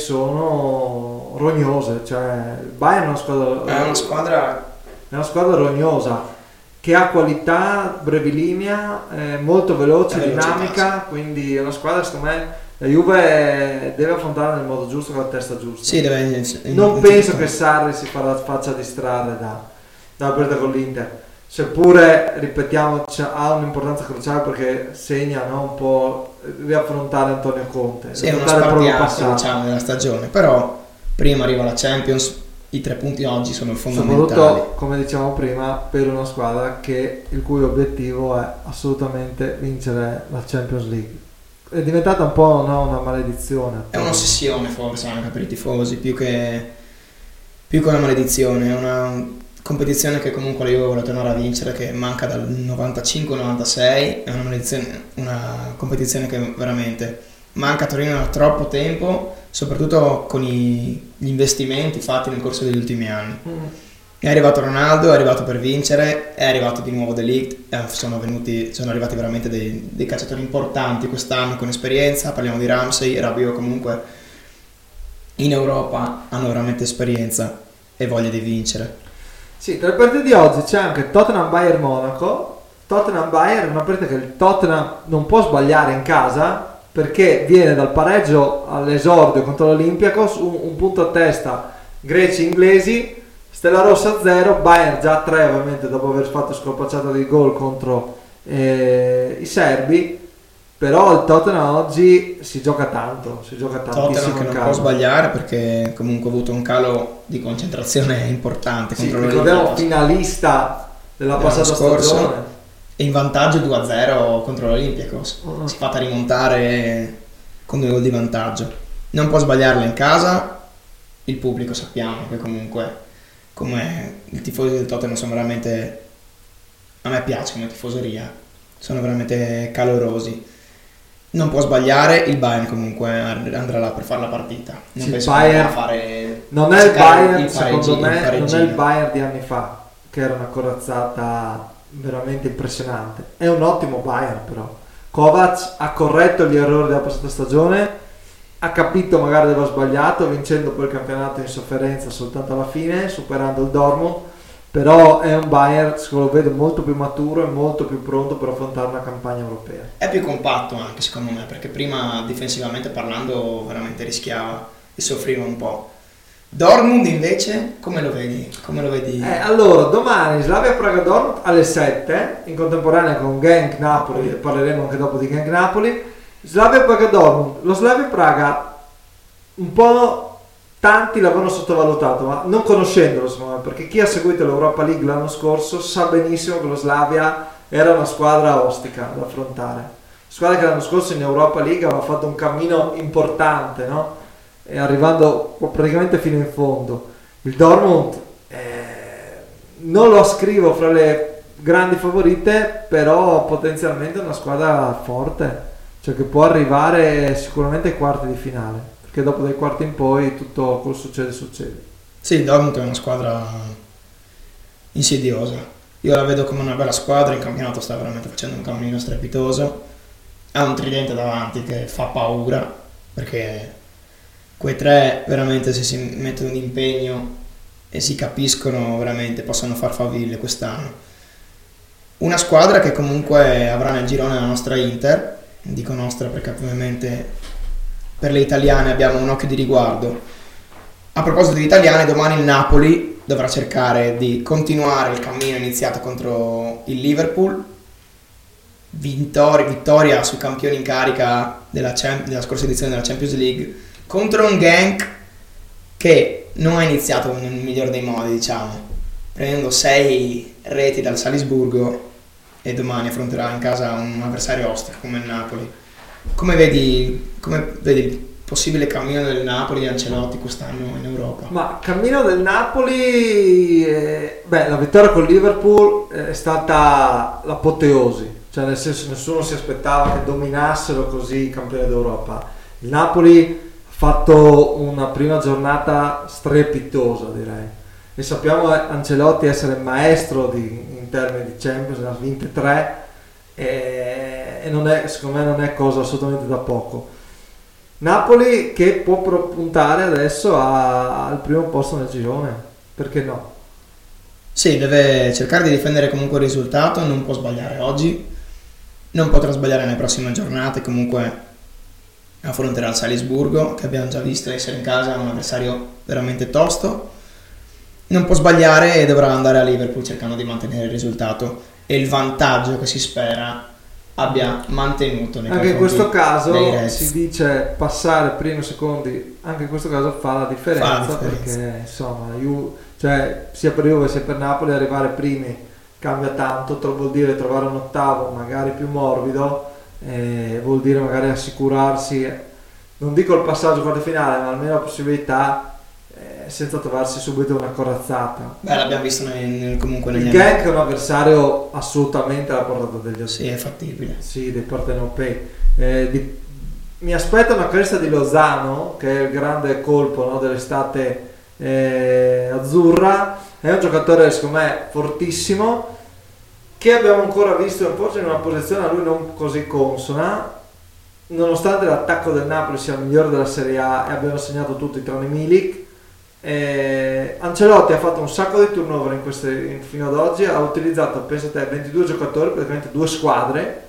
Speaker 1: sono rognose, cioè il Bayern è una squadra,
Speaker 2: È una squadra
Speaker 1: è una squadra rognosa che ha qualità, brevilinea, eh, molto veloce,
Speaker 2: È velocità,
Speaker 1: dinamica, quindi è una squadra, secondo me la Juve deve affrontarla nel modo giusto, con la testa giusta.
Speaker 2: sì, deve,
Speaker 1: Non penso che Sarri si farà, faccia distrarre da, dalla partita con l'Inter, seppure ripetiamo ha un'importanza cruciale perché segna, no, un po' riaffrontare Antonio Conte,
Speaker 2: sì, è una spartiata, diciamo, della stagione, però prima arriva la Champions, i tre punti oggi sono fondamentali,
Speaker 1: soprattutto come dicevamo prima per una squadra che il cui obiettivo è assolutamente vincere la Champions League. È diventata un po', no, una maledizione,
Speaker 2: è un'ossessione forse anche per i tifosi, più che più che una maledizione, è una competizione che comunque la Juve vuole tornare a vincere, che manca dal novantacinque novantasei, è una maledizione, una competizione che veramente manca a Torino da troppo tempo, soprattutto con i, gli investimenti fatti nel corso degli ultimi anni. Mm. È arrivato Ronaldo, è arrivato per vincere, è arrivato di nuovo De Ligt, eh, sono, venuti, sono arrivati veramente dei, dei calciatori importanti quest'anno con esperienza, parliamo di Ramsey, Rabiot, comunque in Europa hanno veramente esperienza e voglia di vincere.
Speaker 1: Sì, tra le partite di oggi c'è anche Tottenham-Bayern Monaco. Tottenham-Bayern è una partita che il Tottenham non può sbagliare in casa, perché viene dal pareggio all'esordio contro l'Olympiacos, un, un punto a testa greci inglesi, Stella Rossa zero, Bayern già tre ovviamente dopo aver fatto scorpacciata di gol contro eh, i serbi, però il Tottenham oggi si gioca tanto, si gioca tantissimo.
Speaker 2: Tottenham che non
Speaker 1: casa.
Speaker 2: può sbagliare perché comunque ha avuto un calo di concentrazione importante
Speaker 1: sì,
Speaker 2: contro
Speaker 1: ricordiamo finalista della passata stagione.
Speaker 2: In vantaggio due a zero contro l'Olympiacos, uh-huh. Si è fatta rimontare con due gol di vantaggio. Non può sbagliarla in casa, il pubblico sappiamo che comunque come i tifosi del Tottenham sono veramente, a me piace come tifoseria, sono veramente calorosi. Non può sbagliare, il Bayern comunque andrà là per fare la partita. Non
Speaker 1: sì,
Speaker 2: penso
Speaker 1: Bayern,
Speaker 2: che fare
Speaker 1: non è il Bayern,
Speaker 2: il
Speaker 1: secondo me,
Speaker 2: il
Speaker 1: non è il Bayern di anni fa, che era una corazzata veramente impressionante. È un ottimo Bayern, però Kovac ha corretto gli errori della passata stagione, ha capito magari dove ha sbagliato, vincendo poi il campionato in sofferenza soltanto alla fine, superando il Dortmund, però è un Bayern, lo vedo molto più maturo e molto più pronto per affrontare una campagna europea.
Speaker 2: È più compatto anche secondo me, perché prima difensivamente parlando veramente rischiava e soffriva un po'. Dortmund invece come lo vedi? Come lo vedi?
Speaker 1: Eh, allora, domani Slavia Praga Dortmund alle sette, in contemporanea con Genk Napoli, parleremo anche dopo di Genk Napoli. Slavia Praga Dortmund, lo Slavia Praga un po' tanti l'avevano sottovalutato, ma non conoscendolo secondo me, perché chi ha seguito l'Europa League l'anno scorso sa benissimo che lo Slavia era una squadra ostica da affrontare, squadra che l'anno scorso in Europa League aveva fatto un cammino importante, no? E arrivando praticamente fino in fondo. Il Dortmund eh, non lo ascrivo fra le grandi favorite, però potenzialmente è una squadra forte, cioè che può arrivare sicuramente ai quarti di finale, perché dopo dai quarti in poi tutto quello succede succede.
Speaker 2: Sì, il Dortmund è una squadra insidiosa, io la vedo come una bella squadra, in campionato sta veramente facendo un cammino strepitoso, ha un tridente davanti che fa paura, perché quei tre veramente se si mettono in impegno e si capiscono veramente possono far faville quest'anno. Una squadra che comunque avrà nel girone la nostra Inter, dico nostra perché ovviamente per le italiane abbiamo un occhio di riguardo. A proposito di italiane, domani il Napoli dovrà cercare di continuare il cammino iniziato contro il Liverpool, vittoria, vittoria sui campioni in carica della, della scorsa edizione della Champions League, contro un Genk che non ha iniziato nel miglior dei modi, diciamo, prendendo sei reti dal Salisburgo, e domani affronterà in casa un avversario ostico come il Napoli. Come vedi, come vedi il possibile cammino del Napoli di Ancelotti quest'anno in Europa?
Speaker 1: Ma cammino del Napoli, eh, beh, la vittoria con Liverpool è stata l'apoteosi, cioè nel senso nessuno si aspettava che dominassero così i campioni d'Europa. Il Napoli fatto una prima giornata strepitosa, direi, e sappiamo Ancelotti essere maestro di, in termini di Champions, ne ha vinte tre e, e non è, secondo me non è cosa assolutamente da poco. Napoli che può puntare adesso a, al primo posto nel girone, perché no?
Speaker 2: Sì, deve cercare di difendere comunque il risultato, non può sbagliare oggi, non potrà sbagliare nelle prossime giornate, comunque affronterà il Salisburgo, che abbiamo già visto essere in casa un avversario veramente tosto, non può sbagliare e dovrà andare a Liverpool cercando di mantenere il risultato e il vantaggio che si spera abbia mantenuto nei
Speaker 1: anche in questo caso
Speaker 2: dei Reds.
Speaker 1: Si dice passare primi o secondi, anche in questo caso fa la differenza,
Speaker 2: Fa la differenza.
Speaker 1: Perché insomma Ju- cioè, sia per Juve sia per Napoli arrivare primi cambia tanto, tro- vuol dire trovare un ottavo magari più morbido, eh, vuol dire magari assicurarsi, non dico il passaggio a quarti finale, ma almeno la possibilità, eh, senza trovarsi subito una corazzata.
Speaker 2: Beh, l'abbiamo visto nel, nel- comunque negli
Speaker 1: Il Genk è un avversario assolutamente alla portata degli
Speaker 2: Sì, è fattibile.
Speaker 1: sì, dei partenopei. Eh, di- mi aspetta una cresta di Lozano, che è il grande colpo, no, dell'estate eh, azzurra. È un giocatore secondo me fortissimo, che abbiamo ancora visto forse in una posizione a lui non così consona, nonostante l'attacco del Napoli sia il migliore della Serie A e abbiano segnato tutti tranne Milik. Eh, Ancelotti ha fatto un sacco di turnover in queste, in- fino ad oggi, ha utilizzato, pensa te, ventidue giocatori, praticamente due squadre,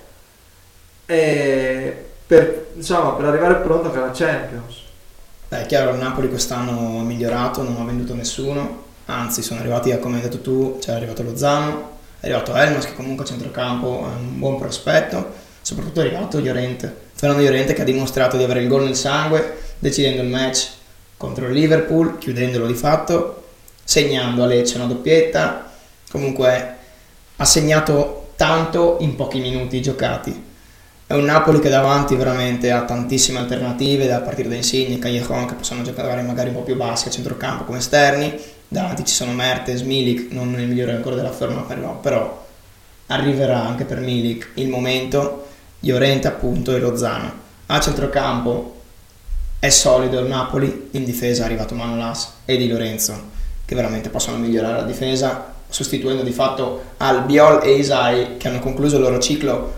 Speaker 1: eh, per, insomma, per arrivare pronto anche alla Champions.
Speaker 2: Beh, è chiaro, il Napoli quest'anno ha migliorato, non ha venduto nessuno, anzi sono arrivati, a, come hai detto tu, cioè è arrivato Lozano, è arrivato Elmas che comunque a centrocampo è un buon prospetto, soprattutto è arrivato Llorente, Fernando Llorente che ha dimostrato di avere il gol nel sangue, decidendo il match contro il Liverpool, chiudendolo di fatto, segnando a Lecce una doppietta, comunque ha segnato tanto in pochi minuti giocati. È un Napoli che davanti veramente ha tantissime alternative, da partire da Insigne, Callejon che possono giocare magari un po' più bassi a centrocampo come esterni, davanti ci sono Mertens, Milik, non nel migliore ancora della forma però, però arriverà anche per Milik il momento, Llorente appunto e Lozano. A centrocampo è solido il Napoli, in difesa è arrivato Manolas e Di Lorenzo che veramente possono migliorare la difesa, sostituendo di fatto Albiol e Isai che hanno concluso il loro ciclo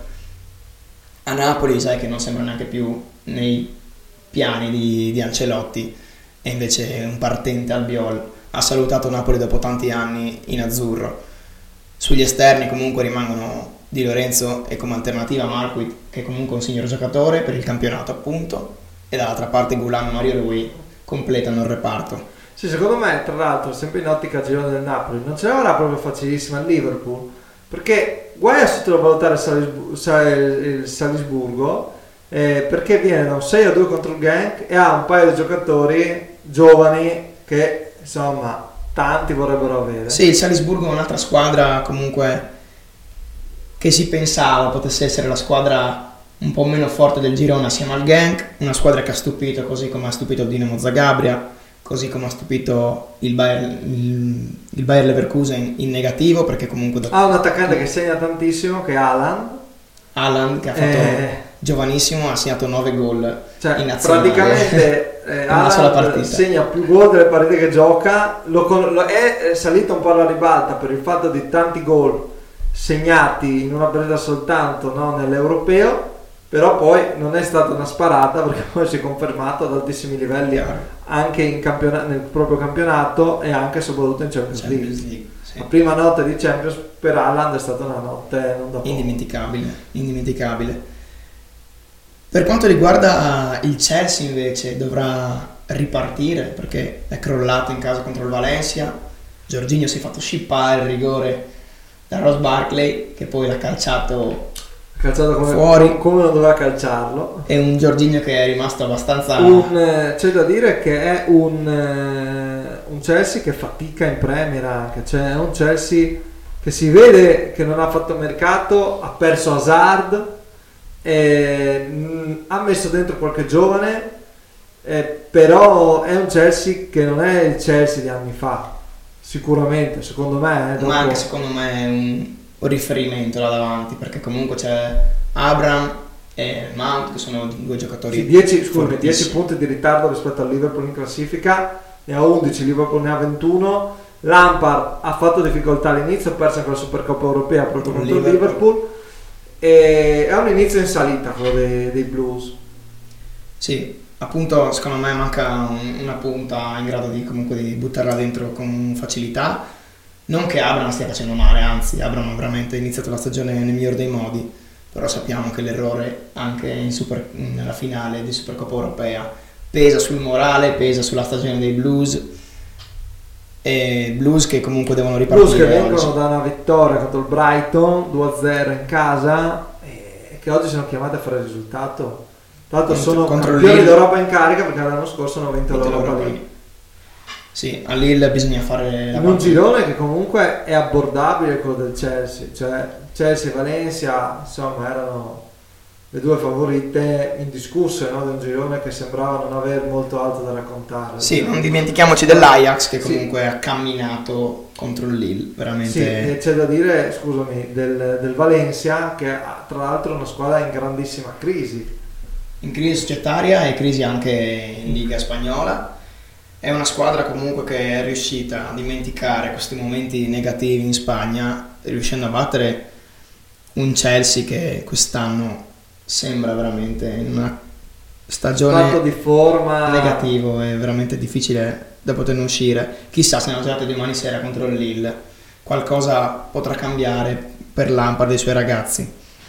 Speaker 2: a Napoli. Isai che non sembra neanche più nei piani di, di Ancelotti, e invece un partente Albiol ha salutato Napoli dopo tanti anni in azzurro. Sugli esterni comunque rimangono Di Lorenzo e come alternativa Marquardt, che è comunque un signor giocatore per il campionato appunto, e dall'altra parte Gulam e Mario Rui completano il reparto.
Speaker 1: Sì, secondo me, tra l'altro, sempre in ottica girone del Napoli, non ce l'avrà proprio facilissima il Liverpool, perché guai a sottovalutare Salisbu- Sa- il Salisburgo, eh, perché viene da un sei a due contro il Genk e ha un paio di giocatori giovani che, insomma, tanti vorrebbero avere.
Speaker 2: Sì, il Salisburgo è un'altra squadra comunque che si pensava potesse essere la squadra un po' meno forte del girone assieme al Genk, una squadra che ha stupito così come ha stupito il Dinamo Zagabria, così come ha stupito il Bayer, il, il Bayer Leverkusen in negativo, perché comunque da...
Speaker 1: Ha un attaccante che segna tantissimo, che è Haaland.
Speaker 2: Haaland che ha fatto
Speaker 1: Eh.
Speaker 2: giovanissimo, ha segnato nove gol
Speaker 1: Cioè,
Speaker 2: in nazionale
Speaker 1: praticamente eh,
Speaker 2: in una sola
Speaker 1: Haaland
Speaker 2: partita.
Speaker 1: segna più gol delle partite che gioca, lo con- lo- è salito un po' alla ribalta per il fatto di tanti gol segnati in una partita soltanto, no, nell'europeo, però poi non è stata una sparata perché poi si è confermato ad altissimi livelli
Speaker 2: Chiaro.
Speaker 1: anche in campiona- nel proprio campionato e anche e soprattutto in Champions,
Speaker 2: Champions
Speaker 1: League.
Speaker 2: League, sì.
Speaker 1: La prima notte di Champions per Haaland è stata una notte non da poco.
Speaker 2: Indimenticabile, indimenticabile. Per quanto riguarda il Chelsea invece dovrà ripartire perché è crollato in casa contro il Valencia. Jorginho si è fatto scippare il rigore da Ross Barkley che poi l'ha calciato
Speaker 1: calciato come,
Speaker 2: fuori.
Speaker 1: come non doveva calciarlo.
Speaker 2: È un Jorginho che è rimasto abbastanza...
Speaker 1: Un, eh, c'è da dire che è un, eh, un Chelsea che fatica in Premier anche, cioè è un Chelsea che si vede che non ha fatto mercato, ha perso Hazard, eh, mh, ha messo dentro qualche giovane, eh, però è un Chelsea che non è il Chelsea di anni fa, sicuramente, secondo me. eh, dopo-
Speaker 2: Ma anche secondo me è un, un riferimento là davanti perché comunque c'è Abraham e Mount che sono due giocatori
Speaker 1: Sì, dieci, scusami,
Speaker 2: fortissimi.
Speaker 1: dieci punti di ritardo rispetto al Liverpool in classifica, ne ha undici, il Liverpool ne ha ventuno. Lampard ha fatto difficoltà all'inizio, ha perso anche la Supercoppa europea proprio
Speaker 2: Con
Speaker 1: contro il
Speaker 2: Liverpool.
Speaker 1: Liverpool, e è un inizio in salita quello dei, dei Blues.
Speaker 2: Sì, appunto secondo me manca un- una punta in grado di comunque di buttarla dentro con facilità. Non che Abraham stia facendo male, anzi Abraham ha veramente iniziato la stagione nel miglior dei modi, però sappiamo che l'errore anche in super- nella finale di Supercoppa europea pesa sul morale, pesa sulla stagione dei Blues. e Blues che comunque devono
Speaker 1: Blues
Speaker 2: ripartire
Speaker 1: che vengono
Speaker 2: oggi.
Speaker 1: da una vittoria contro il Brighton due a zero in casa e che oggi sono chiamati a fare il risultato. Tra l'altro
Speaker 2: Contro-
Speaker 1: sono
Speaker 2: contro il
Speaker 1: campioni
Speaker 2: Lille.
Speaker 1: d'Europa in carica perché l'anno scorso hanno vinto
Speaker 2: Vinto
Speaker 1: l'Europa
Speaker 2: l'Europa
Speaker 1: League.
Speaker 2: Sì, a Lille bisogna fare la
Speaker 1: In un
Speaker 2: partita.
Speaker 1: girone che comunque è abbordabile quello del Chelsea, cioè Chelsea e Valencia insomma erano le due favorite indiscusse, no? Di un girone che sembrava non aver molto altro da raccontare.
Speaker 2: Sì, non dimentichiamoci dell'Ajax che
Speaker 1: Sì.
Speaker 2: comunque ha camminato contro il Lille, veramente.
Speaker 1: Sì, e c'è da dire, scusami, del, del Valencia che ha tra l'altro una squadra in grandissima crisi.
Speaker 2: In crisi societaria e crisi anche in Liga Spagnola. È una squadra comunque che è riuscita a dimenticare questi momenti negativi in Spagna, riuscendo a battere un Chelsea che quest'anno sembra veramente in una stagione
Speaker 1: Stato di forma
Speaker 2: negativo, è veramente difficile da poterne uscire. Chissà se nella giornata di domani sera contro il Lille qualcosa potrà cambiare per Lampard e i suoi ragazzi.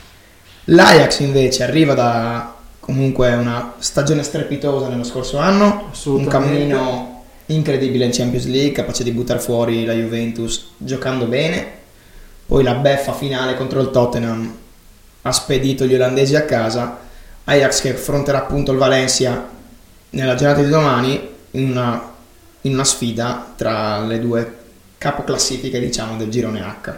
Speaker 2: L'Ajax invece arriva da comunque una stagione strepitosa nello scorso anno, un
Speaker 1: Assolutamente.
Speaker 2: cammino incredibile in Champions League, capace di buttare fuori la Juventus giocando bene, poi la beffa finale contro il Tottenham ha spedito gli olandesi a casa. Ajax che affronterà appunto il Valencia nella giornata di domani in una, in una sfida tra le due capoclassifiche, diciamo, del girone H.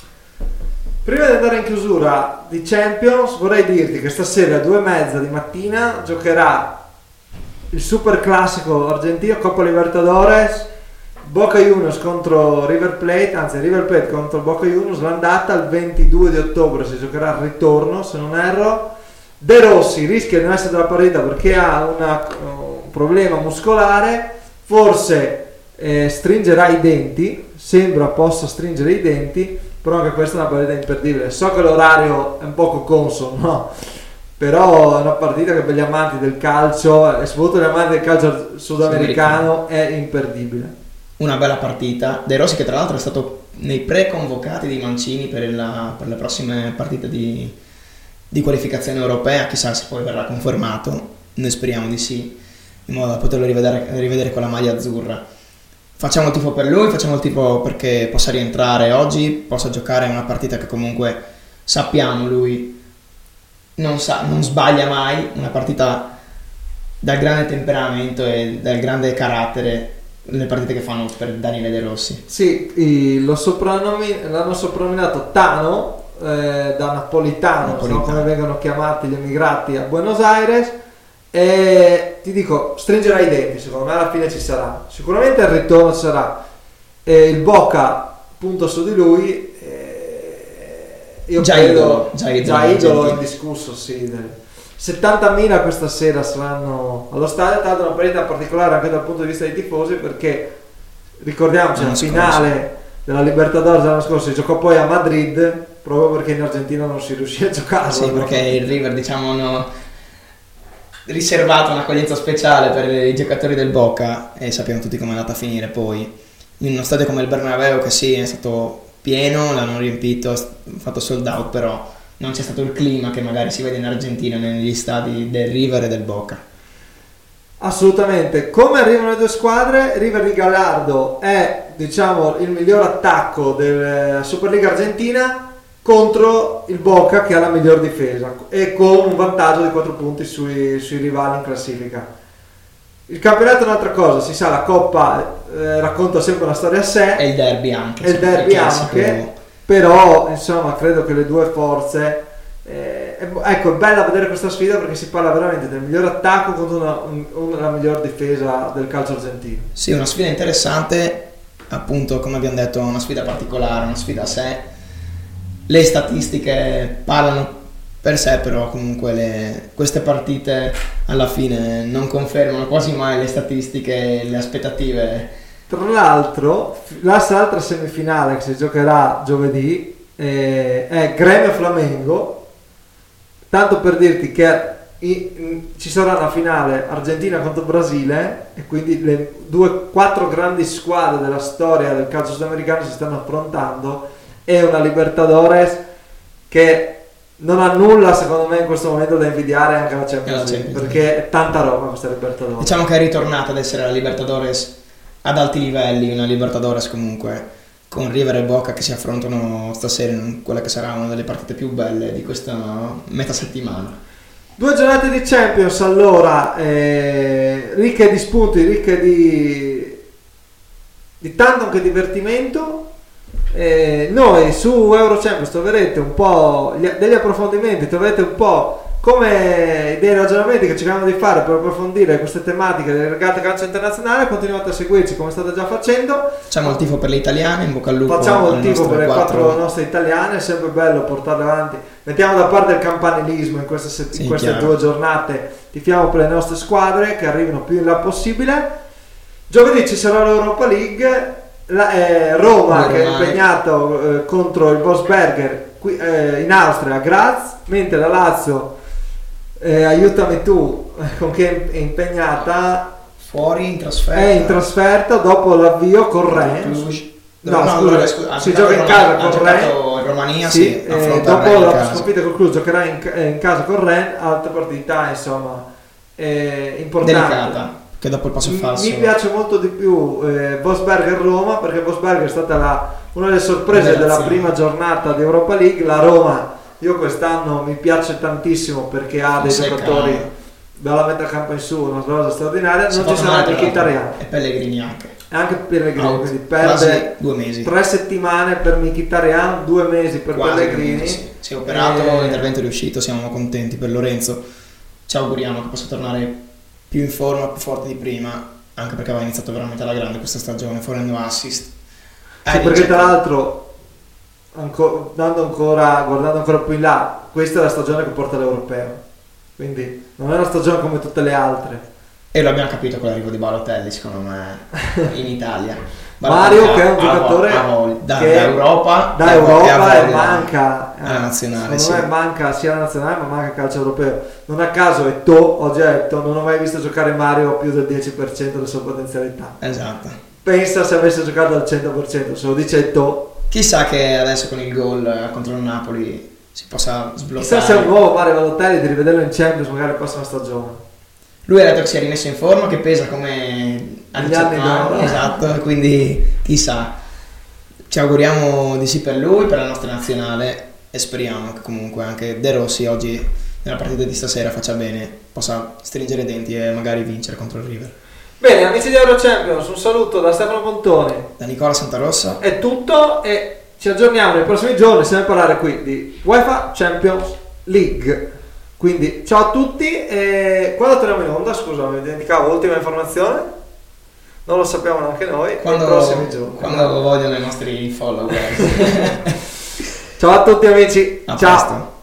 Speaker 1: Prima di andare in chiusura di Champions vorrei dirti che stasera alle due e mezza di mattina giocherà il super classico argentino Coppa Libertadores, Boca Juniors contro River Plate, anzi River Plate contro Boca Juniors, l'andata il ventidue di ottobre si giocherà il ritorno se non erro. De Rossi rischia di non essere della partita perché ha una, un problema muscolare, forse eh, stringerà i denti, sembra possa stringere i denti, però anche questa è una partita imperdibile. So che l'orario è un poco consono, no? Però è una partita che per gli amanti del calcio e soprattutto gli amanti del calcio sudamericano è imperdibile.
Speaker 2: Una bella partita. De Rossi che tra l'altro è stato nei pre-convocati di Mancini per, la, per le prossime partite di, di qualificazione europea, chissà se poi verrà confermato, noi speriamo di sì, in modo da poterlo rivedere, rivedere con la maglia azzurra. Facciamo il tifo per lui, facciamo il tifo perché possa rientrare oggi, possa giocare una partita che comunque sappiamo lui non, sa, non sbaglia mai, una partita dal grande temperamento e dal grande carattere, le partite che fanno per Daniele De Rossi.
Speaker 1: Sì, i- lo soprannomi- l'hanno soprannominato Tano, eh, da napolitano,
Speaker 2: Napolitano.
Speaker 1: no? Come vengono chiamati gli emigrati a Buenos Aires, e ti dico, stringerà i denti, secondo me alla fine ci sarà, sicuramente il ritorno ci sarà, e il Boca punta su di lui, eh, io
Speaker 2: Già
Speaker 1: credo,
Speaker 2: idolo, già idolo
Speaker 1: già idolo
Speaker 2: argentino.
Speaker 1: indiscusso, sì, del- settantamila questa sera saranno allo stadio, tra l'altro una partita particolare anche dal punto di vista dei tifosi perché ricordiamoci
Speaker 2: L'anno
Speaker 1: la
Speaker 2: scorso.
Speaker 1: finale della Libertadores l'anno scorso si giocò poi a Madrid proprio perché in Argentina non si riuscì a giocare.
Speaker 2: Sì, perché il River, diciamo, hanno riservato un'accoglienza speciale per i giocatori del Boca e sappiamo tutti come è andata a finire poi. In uno stadio come il Bernabéu, che sì, è stato pieno, l'hanno riempito, ha fatto sold out, però non c'è stato il clima che magari si vede in Argentina negli stadi del River e del Boca.
Speaker 1: Assolutamente. Come arrivano le due squadre? River di Gallardo è, diciamo, il miglior attacco della Superliga Argentina contro il Boca che ha la miglior difesa e con un vantaggio di quattro punti sui, sui rivali in classifica. Il campionato è un'altra cosa, si sa, la Coppa eh, racconta sempre una storia a sé,
Speaker 2: E il derby anche.
Speaker 1: e il derby
Speaker 2: classico.
Speaker 1: anche, però insomma credo che le due forze eh, è- ecco, è bella vedere questa sfida perché si parla veramente del miglior attacco contro una, un- una- la miglior difesa del calcio argentino.
Speaker 2: Sì, una sfida interessante, appunto come abbiamo detto, una sfida particolare, una sfida a sé. Le statistiche parlano per sé, però comunque le- queste partite alla fine non confermano quasi mai le statistiche, le aspettative.
Speaker 1: Tra l'altro l'altra semifinale che si giocherà giovedì eh, è Gremio Flamengo, tanto per dirti che i- in- ci sarà una finale Argentina contro Brasile e quindi le due quattro grandi squadre della storia del calcio sudamericano si stanno affrontando. È una Libertadores che non ha nulla secondo me in questo momento da invidiare anche alla Champions
Speaker 2: Alla
Speaker 1: League,
Speaker 2: Champions
Speaker 1: perché è tanta roba questa Libertadores.
Speaker 2: Diciamo che è ritornata ad essere la Libertadores ad alti livelli, una Libertadores comunque, con River e Boca che si affrontano stasera in quella che sarà una delle partite più belle di questa metà settimana.
Speaker 1: Due giornate di Champions allora, eh, ricche di spunti, ricche di, di tanto anche divertimento. Eh, noi su Euro Champions troverete un po' gli, degli approfondimenti, troverete un po' come dei ragionamenti che cerchiamo di fare per approfondire queste tematiche delle regate calcio internazionale. Continuate a seguirci come state già facendo.
Speaker 2: Facciamo il tifo per le italiane, in bocca al lupo.
Speaker 1: Facciamo il tifo per le
Speaker 2: quattro...
Speaker 1: quattro nostre italiane, è sempre bello portarle avanti. Mettiamo da parte il campanilismo in queste, set-
Speaker 2: sì,
Speaker 1: in queste due giornate, tifiamo per le nostre squadre che arrivino più in là possibile. Giovedì ci sarà l'Europa League. La, eh, Roma che è impegnato eh, contro il Wolfsberger qui, eh, in Austria a Graz, mentre la Lazio eh, aiutami tu con chi è impegnata
Speaker 2: fuori in trasferta,
Speaker 1: è in trasferta dopo l'avvio con Rennes. No,
Speaker 2: no,
Speaker 1: scusa,
Speaker 2: no, scusa,
Speaker 1: si gioca in casa con Rennes
Speaker 2: in Romania,
Speaker 1: sì,
Speaker 2: sì,
Speaker 1: eh, dopo la sconfitta col Cluj giocherà in, in casa con Rennes, altra partita insomma eh, importante,
Speaker 2: delicata, che dopo il passo falso
Speaker 1: mi piace molto di più eh, Wolfsberger Roma, perché Wolfsberger è stata la, una delle sorprese della prima giornata di Europa League. La Roma io quest'anno mi piace tantissimo perché ha dei
Speaker 2: Secca.
Speaker 1: giocatori dalla metà campo in su, una cosa straordinaria.
Speaker 2: Si
Speaker 1: non ci sarà Mkhitaryan
Speaker 2: e Pellegrini anche
Speaker 1: e anche Pellegrini,
Speaker 2: Out.
Speaker 1: quindi perde
Speaker 2: due mesi,
Speaker 1: tre settimane per Mkhitaryan, due mesi per
Speaker 2: quasi
Speaker 1: Pellegrini.
Speaker 2: Sì. Si è operato,
Speaker 1: e...
Speaker 2: l'intervento è riuscito, siamo contenti per Lorenzo, ci auguriamo che possa tornare più in forma, più forte di prima, anche perché aveva iniziato veramente alla grande questa stagione, fornendo assist.
Speaker 1: Sì, eh, perché tra l'altro, anco, dando ancora, guardando ancora più in là, questa è la stagione che porta all'Europeo, quindi non è una stagione come tutte le altre.
Speaker 2: E lo abbiamo capito con l'arrivo di Balotelli, secondo me, in Italia.
Speaker 1: Mario che è un giocatore
Speaker 2: a vo- a da,
Speaker 1: che
Speaker 2: da Europa,
Speaker 1: da Europa e
Speaker 2: voglia,
Speaker 1: manca
Speaker 2: alla nazionale,
Speaker 1: secondo
Speaker 2: sì.
Speaker 1: me manca sia la nazionale ma manca il calcio europeo. Non a caso Eto'o, oggi è Eto'o, non ho mai visto giocare Mario a più del dieci per cento della sua potenzialità.
Speaker 2: Esatto.
Speaker 1: Pensa se avesse giocato al cento per cento, se lo dice Eto'o.
Speaker 2: Chissà che adesso con il gol contro il Napoli si possa sbloccare.
Speaker 1: Chissà se è un nuovo Mario Balotelli di rivederlo in Champions magari la prossima stagione.
Speaker 2: Lui ha detto che si è rimesso in forma, che pesa come a diciotto anni, esatto, quindi chissà. Ci auguriamo di sì per lui, per la nostra nazionale, e speriamo che comunque anche De Rossi oggi nella partita di stasera faccia bene, possa stringere i denti e magari vincere contro il River.
Speaker 1: Bene, amici di Euro Champions, un saluto da Stefano Pontoni,
Speaker 2: da Nicola Santarossa.
Speaker 1: È tutto e ci aggiorniamo nei prossimi giorni, stiamo a parlare qui di UEFA Champions League. Quindi ciao a tutti e quando torniamo in onda, scusa mi dimenticavo, ultima informazione, non lo sappiamo neanche noi,
Speaker 2: quando,
Speaker 1: nei prossimi giorni.
Speaker 2: Quando vogliono i nostri follower.
Speaker 1: Ciao a tutti amici,
Speaker 2: a
Speaker 1: ciao.
Speaker 2: Presto.